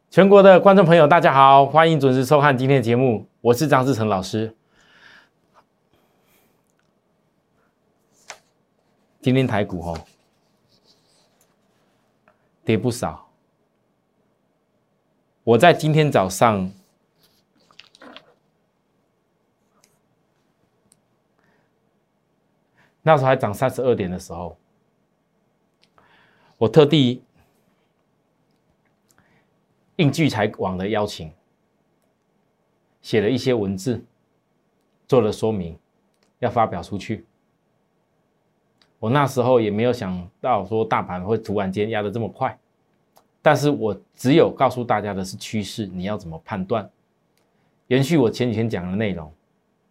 全国的观众朋友，大家好，欢迎准时收看今天的节目，我是张志成老师。今天台股跌不少，我在今天早上那时候还涨32点的时候，我特地应聚财网的邀请，写了一些文字，做了说明，要发表出去。我那时候也没有想到说大盘会突然间压得这么快，但是我只有告诉大家的是趋势，你要怎么判断？延续我前几天讲的内容，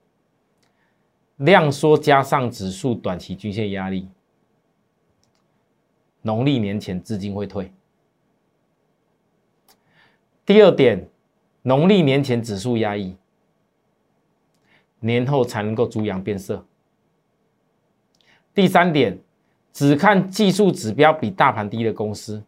量缩加上指数短期均线压力，农历年前资金会退。第二点，农历年前指数压抑，年后才能够猪羊变色。第三点，只看技术指标比大盘低的公司，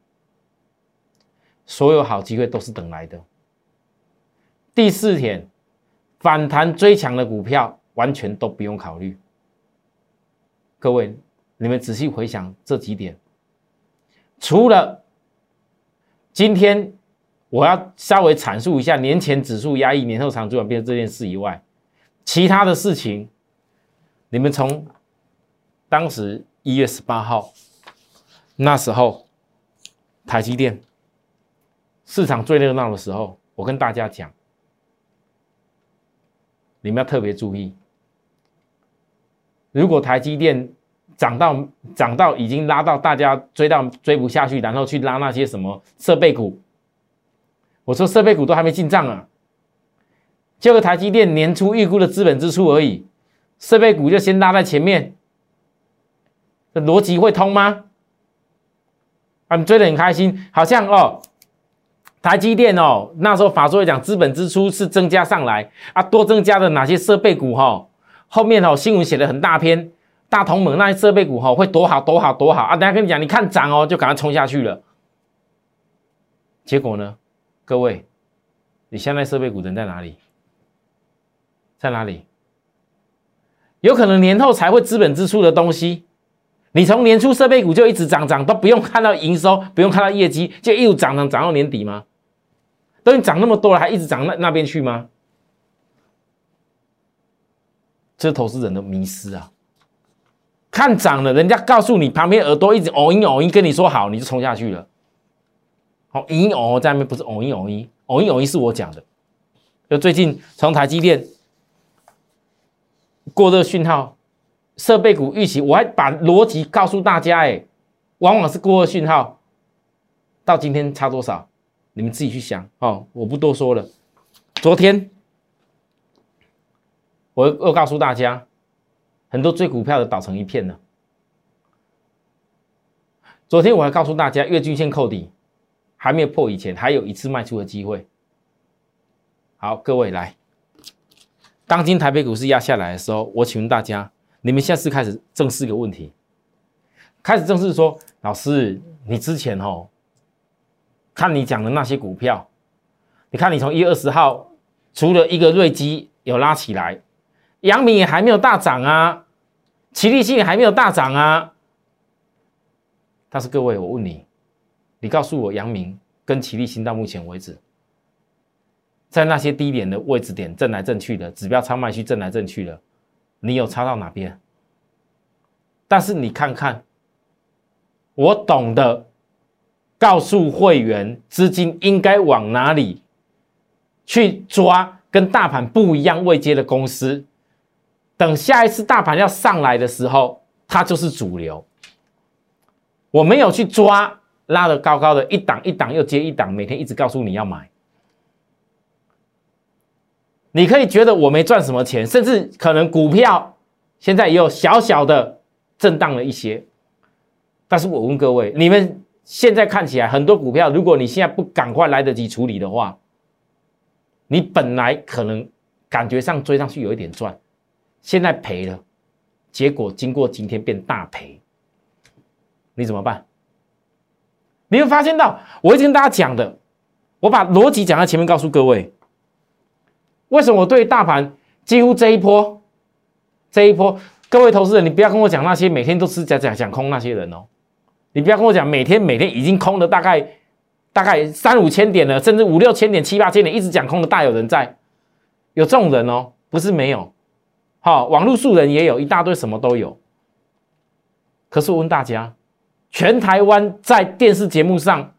所有好机会都是等来的。第四点，反弹追强的股票完全都不用考虑。各位，你们仔细回想这几点，除了今天我要稍微阐述一下年前指数压抑，年后长猪羊变这件事以外，其他的事情，你们从当时1月18号那时候，台积电市场最热闹的时候，我跟大家讲，你们要特别注意，如果台积电涨到已经拉到大家追不下去，然后去拉那些什么设备股，我说设备股都还没进账啊，结果台积电年初预估的资本支出而已，设备股就先拉在前面，这逻辑会通吗？啊，你追得很开心，好像台积电那时候法说会讲资本支出是增加上来啊，多增加的哪些设备股后面新闻写了很大篇，大同盟那些设备股会多好多好多好啊，等一下跟你讲，你看涨就赶快冲下去了，结果呢？各位，你现在设备股人在哪里？在哪里？有可能年后才会资本支出的东西，你从年初设备股就一直涨，都不用看到营收，不用看到业绩，就一路涨到年底吗？都已经涨那么多了，还一直涨那边去吗？这是投资人的迷思啊！看涨了，人家告诉你，旁边耳朵一直偶音跟你说好，你就冲下去了。音在那边不是偶音是我讲的。就最近从台积电过热讯号，设备股预期，我还把逻辑告诉大家，往往是过热讯号，到今天差多少？你们自己去想我不多说了。昨天我又告诉大家，很多追股票的倒成一片了。昨天我还告诉大家，月均线扣底。还没有破以前，还有一次卖出的机会。好，各位来，当今台北股市压下来的时候，我请问大家，你们现在是开始正视一个问题，开始正视说，老师，你之前看你讲的那些股票，你看你从1月20号，除了一个瑞基有拉起来，阳明也还没有大涨啊，奇力新也还没有大涨啊。但是各位，我问你。你告诉我，阳明跟奇力新到目前为止，在那些低点的位置点震来震去的，指标超卖区震来震去的，你有差到哪边？但是你看看，我懂得告诉会员，资金应该往哪里去抓跟大盘不一样位阶的公司，等下一次大盘要上来的时候，它就是主流。我没有去抓。拉得高高的，一档一档又接一档，每天一直告诉你要买。你可以觉得我没赚什么钱，甚至可能股票现在也有小小的震荡了一些。但是我问各位，你们现在看起来很多股票，如果你现在不赶快来得及处理的话，你本来可能感觉上追上去有一点赚，现在赔了，结果经过今天变大赔，你怎么办？你会发现到我一直跟大家讲的， 我把逻辑讲在前面，告诉各位，为什么我对大盘几乎这一波，各位投资人，你不要跟我讲那些每天都是讲空那些人哦，你不要跟我讲每天已经空了大概3-5千点了，甚至5-6千点、7-8千点，一直讲空的大有人在，有这种人哦，不是没有，好，网络素人也有一大堆，什么都有。可是我问大家，全台湾在电视节目上，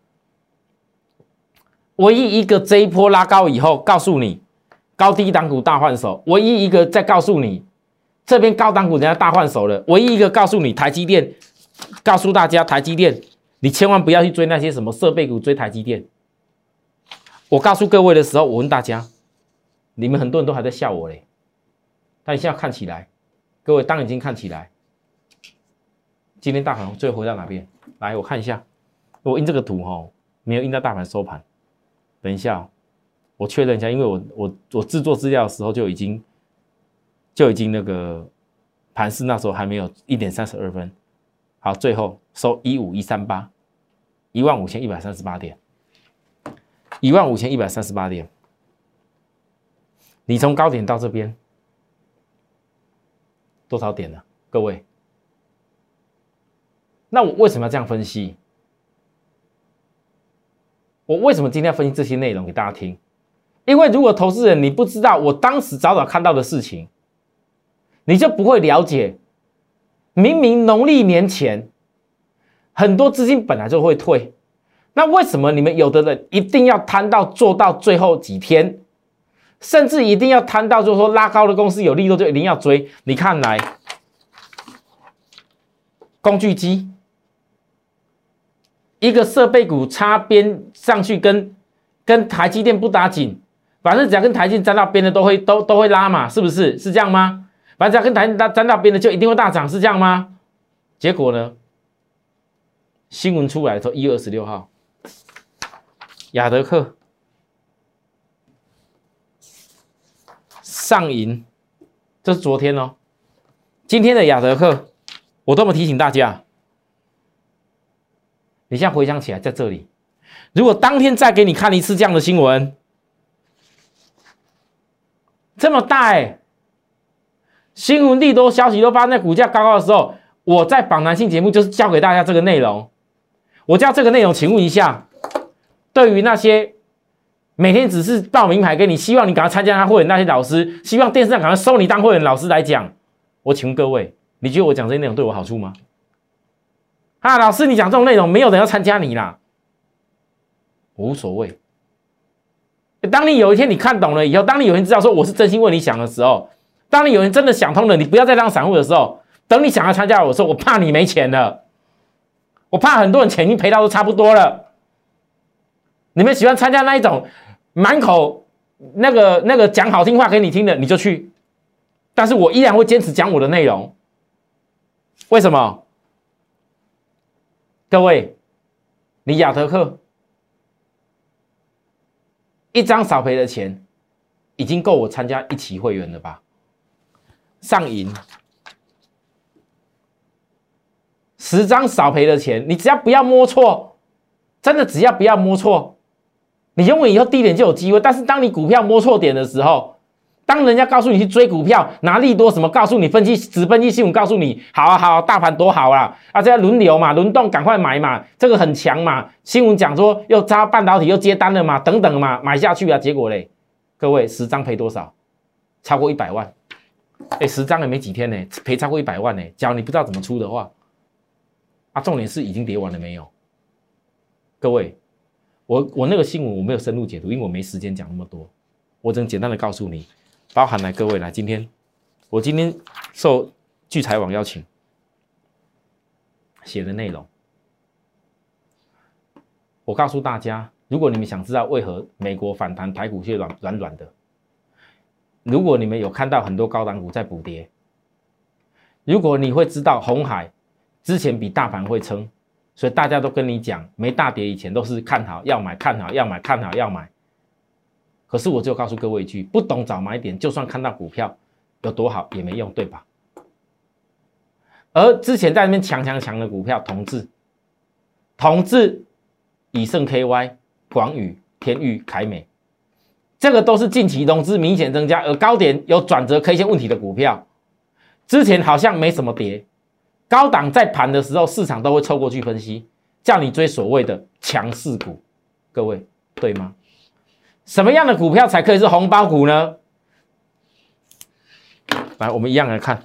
唯一一个这一波拉高以后，告诉你高低档股大换手，唯一一个在告诉你这边高档股人家大换手了，唯一一个告诉你台积电，告诉大家台积电，你千万不要去追那些什么设备股，追台积电。我告诉各位的时候，我问大家，你们很多人都还在笑我嘞，但现在看起来，各位当眼睛看起来。今天大盘最后回到哪边？来，我看一下，我印这个图哈，没有印到大盘收盘。等一下、哦，我确认一下，因为我制作资料的时候就已经那个盘势那时候还没有1点32分。好，最后收15138， 15138点，15138点。你从高点到这边多少点呢？各位？那我为什么要这样分析？我为什么今天要分析这些内容给大家听？因为如果投资人你不知道我当时早看到的事情，你就不会了解，明明农历年前很多资金本来就会退，那为什么你们有的人一定要摊到做到最后几天，甚至一定要摊到就是说拉高的公司有利多就一定要追？你看来工具机。一个设备股插边上去跟台积电不打紧，反正只要跟台积电沾到边的都会拉嘛，是不是？是这样吗？反正只要跟台积电沾到边的就一定会大涨，是这样吗？结果呢？新闻出来的时候，1月26号，亚德客上银，这是昨天哦。今天的亚德客，我都没提醒大家。你现在回想起来，在这里，如果当天再给你看一次这样的新闻，这么大新闻利多消息都发生在股价高高的时候，我在访谈性节目就是教给大家这个内容。我教这个内容，请问一下，对于那些每天只是报名牌给你，希望你赶快参加他会员那些老师，希望电视上赶快收你当会员老师来讲，我请问各位，你觉得我讲这些内容对我好处吗？啊，老师，你讲这种内容，没有人要参加你啦。我无所谓。当你有一天你看懂了以后，当你有人知道说我是真心为你想的时候，当你有人真的想通了，你不要再当散户的时候，等你想要参加我的时候，我怕你没钱了，我怕很多人钱已经赔到都差不多了。你们喜欢参加那一种满口那个讲好听话给你听的，你就去。但是我依然会坚持讲我的内容。为什么？各位，你亚德客一张少赔的钱，已经够我参加一期会员了吧？上银10张少赔的钱，你只要不要摸错，真的只要不要摸错，你永远以后低点就有机会。但是当你股票摸错点的时候，当人家告诉你去追股票，拿利多什么，告诉你只分析新闻，告诉你好啊好啊，大盘多好啦，啊这要轮流嘛，轮动赶快买嘛，这个很强嘛，新闻讲说又扎半导体又接单了嘛，等等嘛，买下去啊，结果嘞，各位10张赔多少？超过100万，10张也没几天呢，赔超过100万呢。假如你不知道怎么出的话，啊，重点是已经跌完了没有？各位，我那个新闻我没有深入解读，因为我没时间讲那么多，我只能简单的告诉你。包含来各位来，我今天受聚财网邀请写的内容，我告诉大家，如果你们想知道为何美国反弹台股却软软的，如果你们有看到很多高档股在补跌，如果你会知道鸿海之前比大盘会撑，所以大家都跟你讲，没大跌以前都是看好要买，看好要买，看好要买。可是我就告诉各位一句，不懂早买点，就算看到股票有多好也没用，对吧？而之前在那边强的股票，同志、以盛 KY、广宇、 天钰、凯美，这个都是近期融资明显增加，而高点有转折 K 线问题的股票，之前好像没什么跌，高档在盘的时候，市场都会凑过去分析，叫你追所谓的强势股，各位对吗？什么样的股票才可以是红包股呢？来，我们一样来看，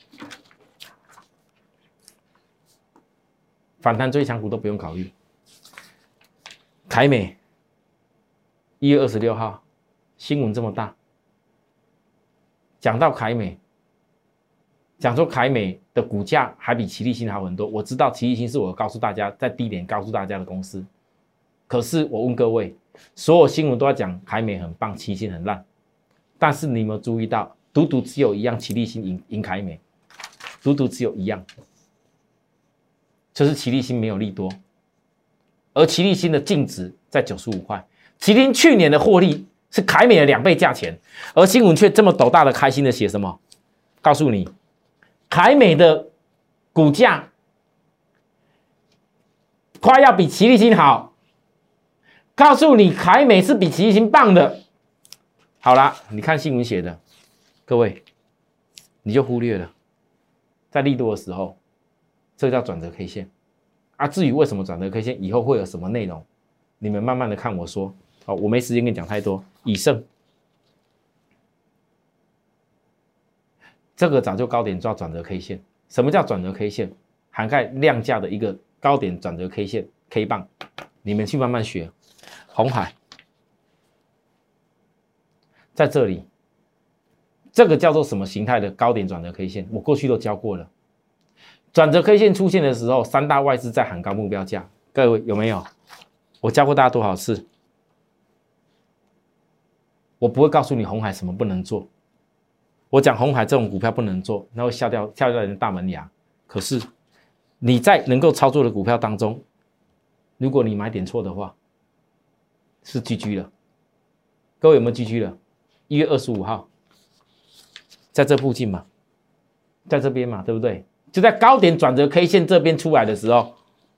反弹最强股都不用考虑。凯美1月26号新闻这么大，讲到凯美，讲说凯美的股价还比奇力新好很多。我知道奇力新是我告诉大家在低点告诉大家的公司，可是我问各位，所有新闻都在讲凯美很棒，奇力新很烂，但是你有没有注意到，独独只有一样，奇力新赢凯美，独独只有一样，就是奇力新没有利多，而奇力新的净值在95块，奇力新去年的获利是凯美的2倍价钱，而新闻却这么斗大的开心的写什么？告诉你，凯美的股价快要比奇力新好，告诉你凯美是比奇力新棒的。好啦，你看新闻写的，各位你就忽略了，在利多的时候，这叫转折 K 线啊。至于为什么转折 K 线以后会有什么内容，你们慢慢的看我说。好，我没时间跟你讲太多。以盛这个早就高点抓转折 K 线。什么叫转折 K 线？涵盖量价的一个高点转折 K 线 K 棒，你们去慢慢学。鸿海在这里，这个叫做什么形态的高点转折 K 线？我过去都教过了。转折 K 线出现的时候，三大外资在喊高目标价，各位有没有？我教过大家多少次？我不会告诉你鸿海什么不能做，我讲鸿海这种股票不能做，那会吓掉人的大门牙。可是你在能够操作的股票当中，如果你买点错的话，是 GG 了。各位有没有 GG 了？1月25号，在这附近嘛，在这边嘛，对不对？就在高点转折 K 线这边出来的时候，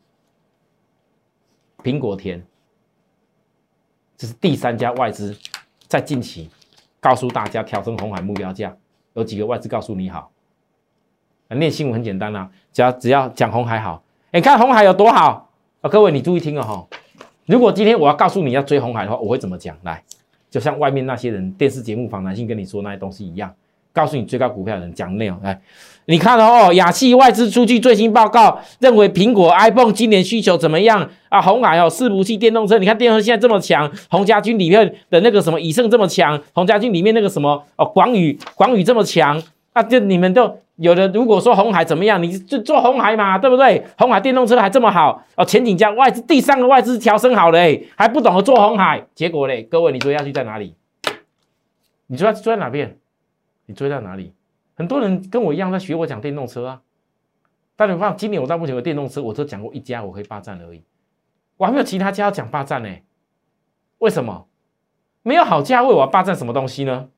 苹果田，这是第3家外资在近期告诉大家调升鸿海目标价，有几个外资告诉你好。念新闻很简单啊，只要讲鸿海好，你看鸿海有多好啊！各位你注意听哦，如果今天我要告诉你要追鸿海的话，我会怎么讲？来，就像外面那些人电视节目访谈性跟你说那些东西一样，告诉你追高股票的人讲内容。来，你看哦，亚细外资出具最新报告，认为苹果 iPhone 今年需求怎么样啊？鸿海哦，伺服器电动车，你看电动车现在这么强，鸿家军里面的那个什么以盛这么强，鸿家军里面那个什么哦广宇这么强，啊，就你们都有的。如果说鸿海怎么样，你就做鸿海嘛，对不对？鸿海电动车还这么好哦，前几家外资第3个外资调升好了，还不懂得做鸿海，结果嘞，各位你追下去在哪里？你追在哪边？你追到哪里？很多人跟我一样在学我讲电动车啊，但你看今年我到目前为止电动车我只讲过1家我可以霸占而已，我还没有其他家要讲霸占呢。为什么？没有好价位，我要霸占什么东西呢？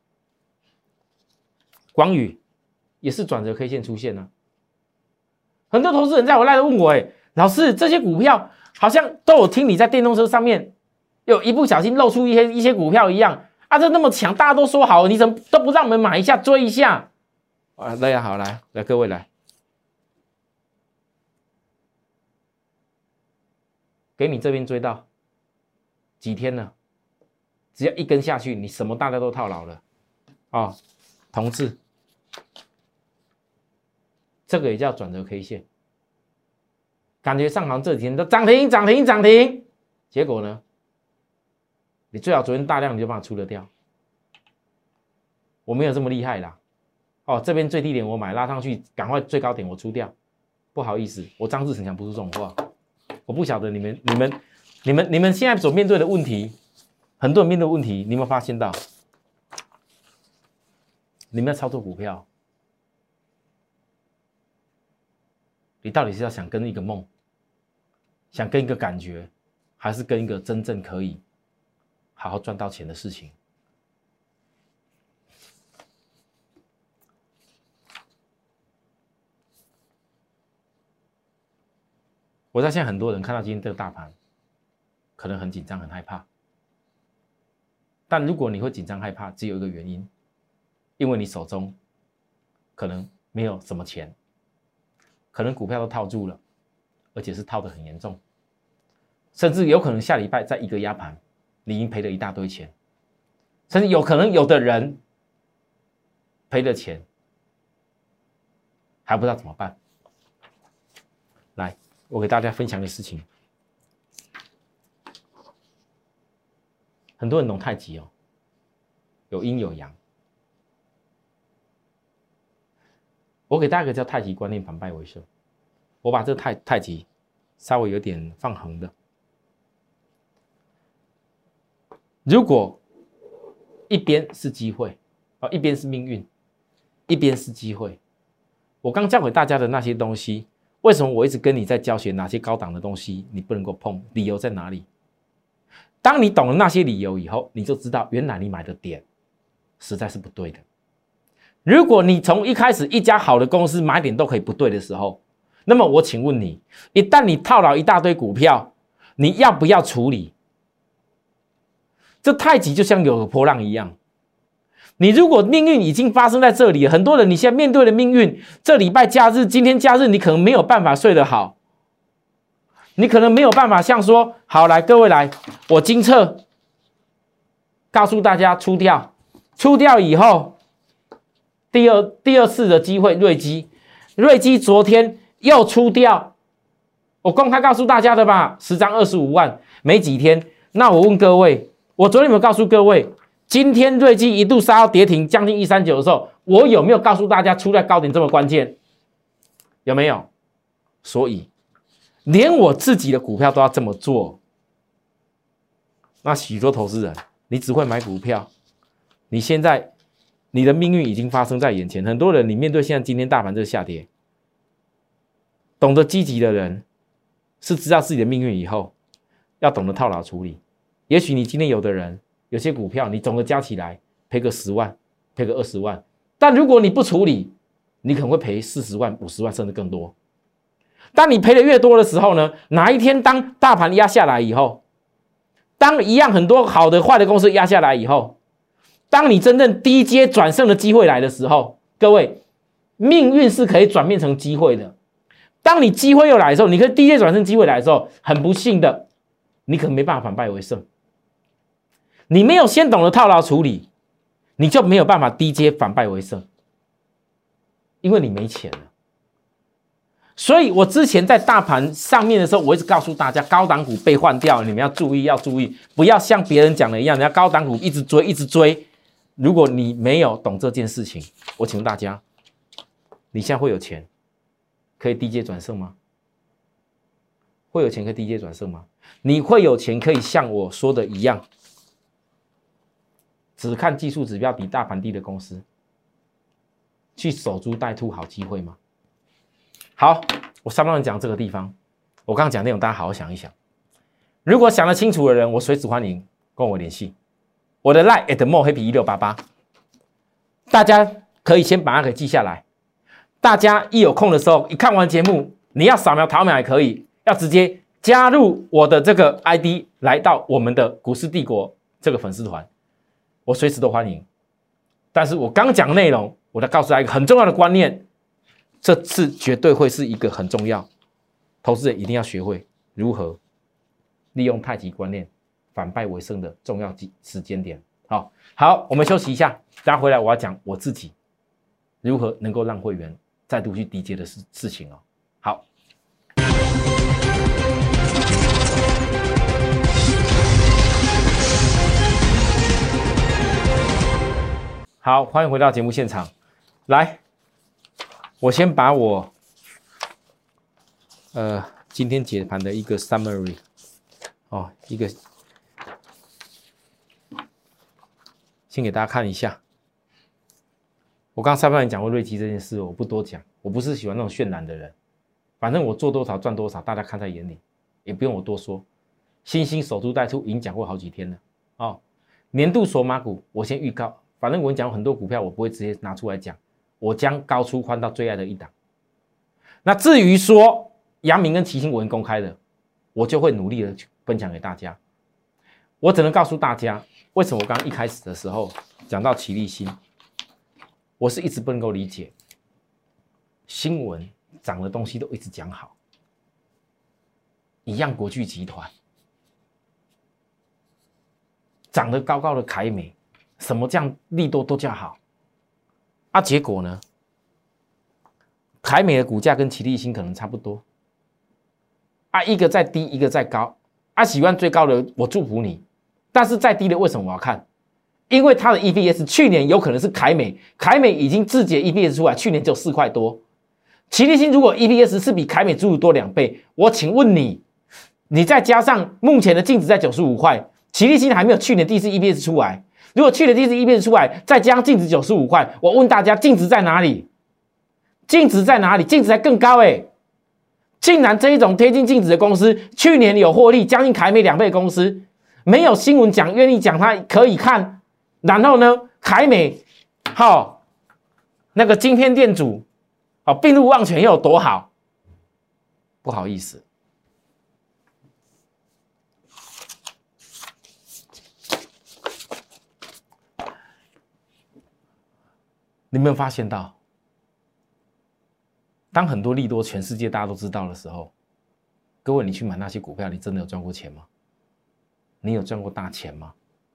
广宇也是转折 K 线出现呢、很多投资人在我赖问我，老师这些股票好像都有听你在电动车上面有一不小心露出一些股票一样啊，这那么强，大家都说好，你怎么都不让我们买一下追一下？啊，大家好，来各位来，给你这边追到几天了？只要一根下去，你什么大家都套牢了哦，同志，这个也叫转折 K 线，感觉上行这几天都涨停，结果呢，你最好昨天大量你就把它出得掉。我没有这么厉害啦，哦，这边最低点我买拉上去，赶快最高点我出掉，不好意思，我张志成讲不出这种话。我不晓得你们现在所面对的问题，很多人面对的问题，你有没有发现到？你们要操作股票，你到底是要想跟一个梦，想跟一个感觉，还是跟一个真正可以好好赚到钱的事情？我在现在很多人看到今天这个大盘，可能很紧张、很害怕， 但如果你会紧张害怕，只有一个原因，因为你手中可能没有什么钱，可能股票都套住了，而且是套得很严重，甚至有可能下礼拜再一个压盘，你已经赔了一大堆钱，甚至有可能有的人赔了钱还不知道怎么办。来，我给大家分享的事情，很多人懂太极哦，有阴有阳。我给大家一个叫太极观念，反败为胜。我把这个太极稍微有点放横的。如果一边是机会，一边是命运，一边是机会，我刚教给大家的那些东西，为什么我一直跟你在教学哪些高档的东西你不能够碰？理由在哪里？当你懂了那些理由以后，你就知道原来你买的点实在是不对的。如果你从一开始一家好的公司买点都可以不对的时候，那么我请问你，一旦你套牢一大堆股票，你要不要处理？这太极就像有个波浪一样，你如果命运已经发生在这里，很多人你现在面对的命运，这礼拜假日、今天假日，你可能没有办法睡得好，你可能没有办法像说，好来各位来，我精测告诉大家出掉以后。第二次的机会，瑞基昨天又出掉，我公开告诉大家的吧，10张25万，没几天。那我问各位，我昨天有没有告诉各位，今天瑞基一度杀到跌停将近139的时候，我有没有告诉大家出在高点这么关键？有没有？所以连我自己的股票都要这么做，那许多投资人，你只会买股票，你现在。你的命运已经发生在眼前，很多人你面对现在今天大盘这个下跌，懂得积极的人是知道自己的命运以后，要懂得套牢处理。也许你今天有的人有些股票，你总的加起来赔个10万，赔个20万，但如果你不处理，你可能会赔40万、50万甚至更多。当你赔的越多的时候呢，哪一天当大盘压下来以后，当一样很多好的坏的公司压下来以后，当你真正低阶转胜的机会来的时候，各位，命运是可以转变成机会的。当你机会又来的时候，你可以低阶转胜机会来的时候，很不幸的，你可能没办法反败为胜。你没有先懂得套牢处理，你就没有办法低阶反败为胜，因为你没钱了。所以我之前在大盘上面的时候，我一直告诉大家，高档股被换掉，你们要注意，不要像别人讲的一样，人家高档股一直追。如果你没有懂这件事情，我请问大家，你现在会有钱可以低阶转胜吗？会有钱可以低阶转胜吗？你会有钱可以像我说的一样，只看技术指标比大盘低的公司，去守株待兔好机会吗？好，我上半段讲这个地方，我刚刚讲内容，大家好好想一想。如果想得清楚的人，我随时欢迎跟我联系。我的 line @morehappy1688，大家可以先把它给记下来。大家一有空的时候，一看完节目，你要扫描扫描也可以，要直接加入我的这个 ID， 来到我们的股市帝国这个粉丝团，我随时都欢迎。但是我刚讲的内容，我再告诉大家一个很重要的观念，这次绝对会是一个很重要，投资人一定要学会如何利用太极观念。反败为胜的重要时间点。好，我们休息一下，等下回来我要讲我自己如何能够让会员再度去低阶的事情哦。好，欢迎回到节目现场。来，我先把我今天解盘的一个 summary 一个。先给大家看一下，我刚上半年讲过瑞基这件事，我不多讲，我不是喜欢那种渲染的人，反正我做多少赚多少，大家看在眼里，也不用我多说。新兴守株待兔已经讲过好几天了年度索马股我先预告，反正我讲很多股票，我不会直接拿出来讲，我将高出宽到最爱的一档。那至于说阳明跟奇鑫我已经公开了，我就会努力的分享给大家。 我只能告诉大家，为什么我刚刚一开始的时候讲到奇力新，我是一直不能够理解，新闻涨的东西都一直讲好，一样国巨集团涨得高高的凯美，什么这样利多都叫好，啊，结果呢？凯美的股价跟奇力新可能差不多，啊，一个在低，一个在高，啊，喜欢最高的我祝福你，但是再低的为什么我要看？因为它的 EPS 去年有可能是凯美已经自己的 EPS 出来，去年只有4块多，奇力新如果 EPS 是比凯美足足多2倍，我请问你，你再加上目前的净值在95块，奇力新还没有去年第一次 EPS 出来，如果去年第一次 EPS 出来，再加上净值95块，我问大家净值在哪里？净值在哪里？净值还更高竟然这一种贴近净值的公司，去年有获利将近凯美2倍的公司，没有新闻讲，愿意讲它可以看。然后呢，凯美那个晶片店主并入旺泉又有多好？不好意思，你有没有发现到？当很多利多全世界大家都知道的时候，各位你去买那些股票，你真的有赚过钱吗？你有赚过大钱吗？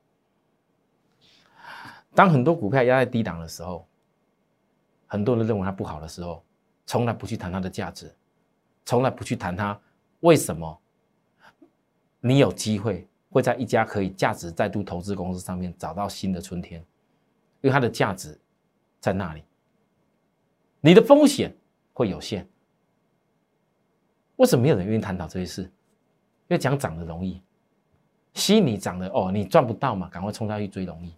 当很多股票压在低档的时候，很多人认为它不好的时候，从来不去谈它的价值，从来不去谈它为什么你有机会会在一家可以价值再度投资公司上面找到新的春天，因为它的价值在那里，你的风险会有限。为什么没有人愿意探讨这些事？因为讲涨的容易，吸引你涨的你赚不到嘛，赶快冲下去追容易。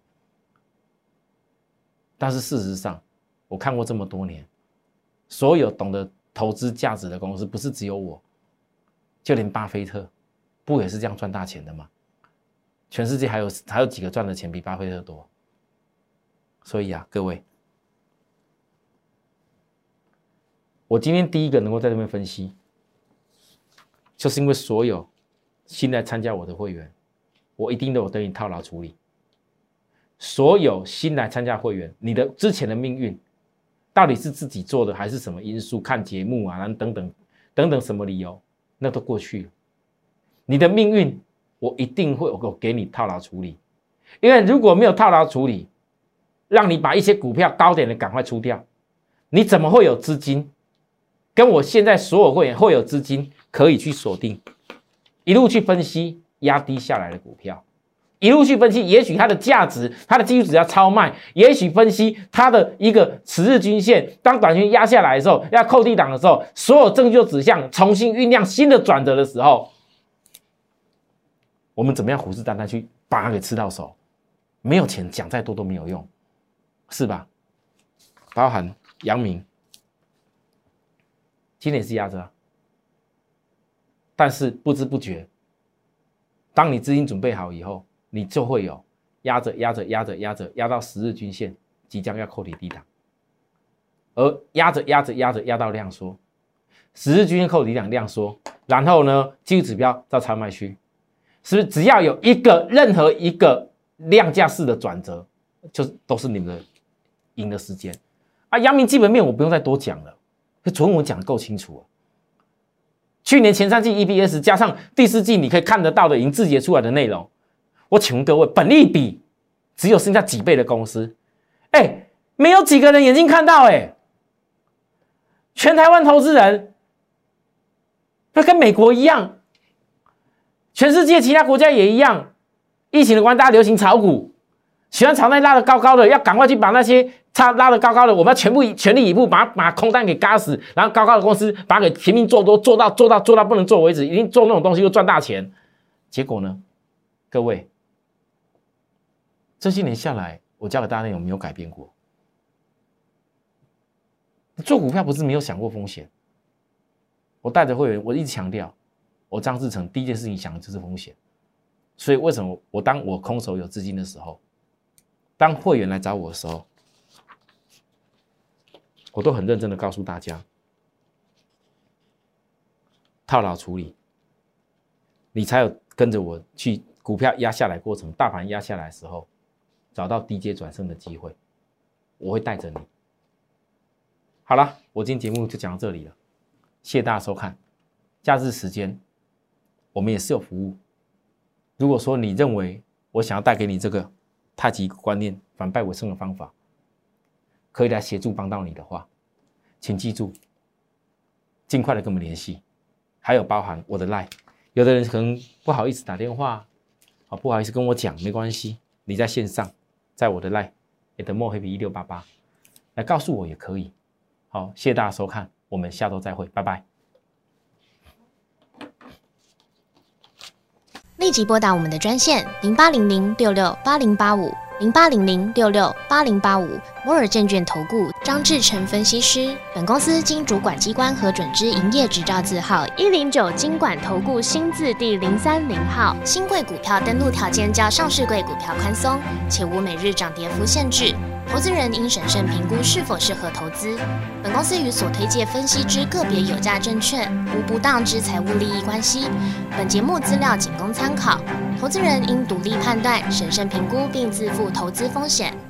但是事实上，我看过这么多年，所有懂得投资价值的公司，不是只有我，就连巴菲特，不也是这样赚大钱的吗？全世界还有几个赚的钱比巴菲特多？所以各位。我今天第一个能够在这边分析，就是因为所有新来参加我的会员，我一定都有等你套牢处理。所有新来参加会员，你的之前的命运，到底是自己做的，还是什么因素？看节目啊，等等什么理由，那都过去了。你的命运，我一定会给你套牢处理，因为如果没有套牢处理，让你把一些股票高点的赶快出掉，你怎么会有资金？跟我现在所有会员会有资金可以去锁定，一路去分析压低下来的股票，一路去分析，也许它的价值，它的技术指标超卖，也许分析它的一个10日均线，当短线压下来的时候，要扣低档的时候，所有证据就指向重新酝酿新的转折的时候，我们怎么样虎视眈眈去把它给吃到手？没有钱讲再多都没有用，是吧？包含阳明。今年是压着但是不知不觉，当你资金准备好以后，你就会有压到10日均线即将要扣底低档，而压到量缩，10日均线扣底低档量缩，然后呢，技术指标到超卖区，是不是只要有任何一个量价式的转折，就是都是你们的赢的时间阳明基本面我不用再多讲了。昨天我讲得够清楚了，去年前3季 EPS 加上第4季你可以看得到的已经自结出来的内容，我请问各位，本益比只有剩下几倍的公司，没有几个人眼睛看到全台湾投资人，那跟美国一样，全世界其他国家也一样，疫情的关系，大家流行炒股，喜欢炒那拉得高高的，要赶快去把那些拉得高高的，我们要全力以赴把空单给嘎死，然后高高的公司把它给拼命做多，做到不能做为止，一定做那种东西就赚大钱。结果呢，各位，这些年下来，我教给大家内容没有改变过。做股票不是没有想过风险，我带着会员，我一直强调，我张志成第一件事情想的就是风险。所以为什么当我空手有资金的时候，当会员来找我的时候，我都很认真的告诉大家，套牢处理，你才有跟着我去股票压下来过程，大盘压下来的时候，找到低阶转身的机会，我会带着你。好了，我今天节目就讲到这里了，谢谢大家收看。假日时间我们也是有服务，如果说你认为我想要带给你这个太极观念反败为胜的方法，可以来协助帮到你的话，请记住尽快的跟我们联系，还有包含我的 LINE， 有的人可能不好意思打电话，不好意思跟我讲，没关系，你在线上，在我的 LINE @morehappy1688 来告诉我也可以。好，谢谢大家收看，我们下周再会，拜拜。 立即拨打我们的专线08006680850800668085摩尔证券投顾张志成分析师。本公司经主管机关核准之营业执照字号109金管投顾新字第030号。新贵股票登录条件较上市贵股票宽松，且无每日涨跌幅限制。投资人应审慎评估是否适合投资。本公司与所推介分析之个别有价证券无不当之财务利益关系。本节目资料仅供参考，投资人应独立判断、审慎评估并自负投资风险。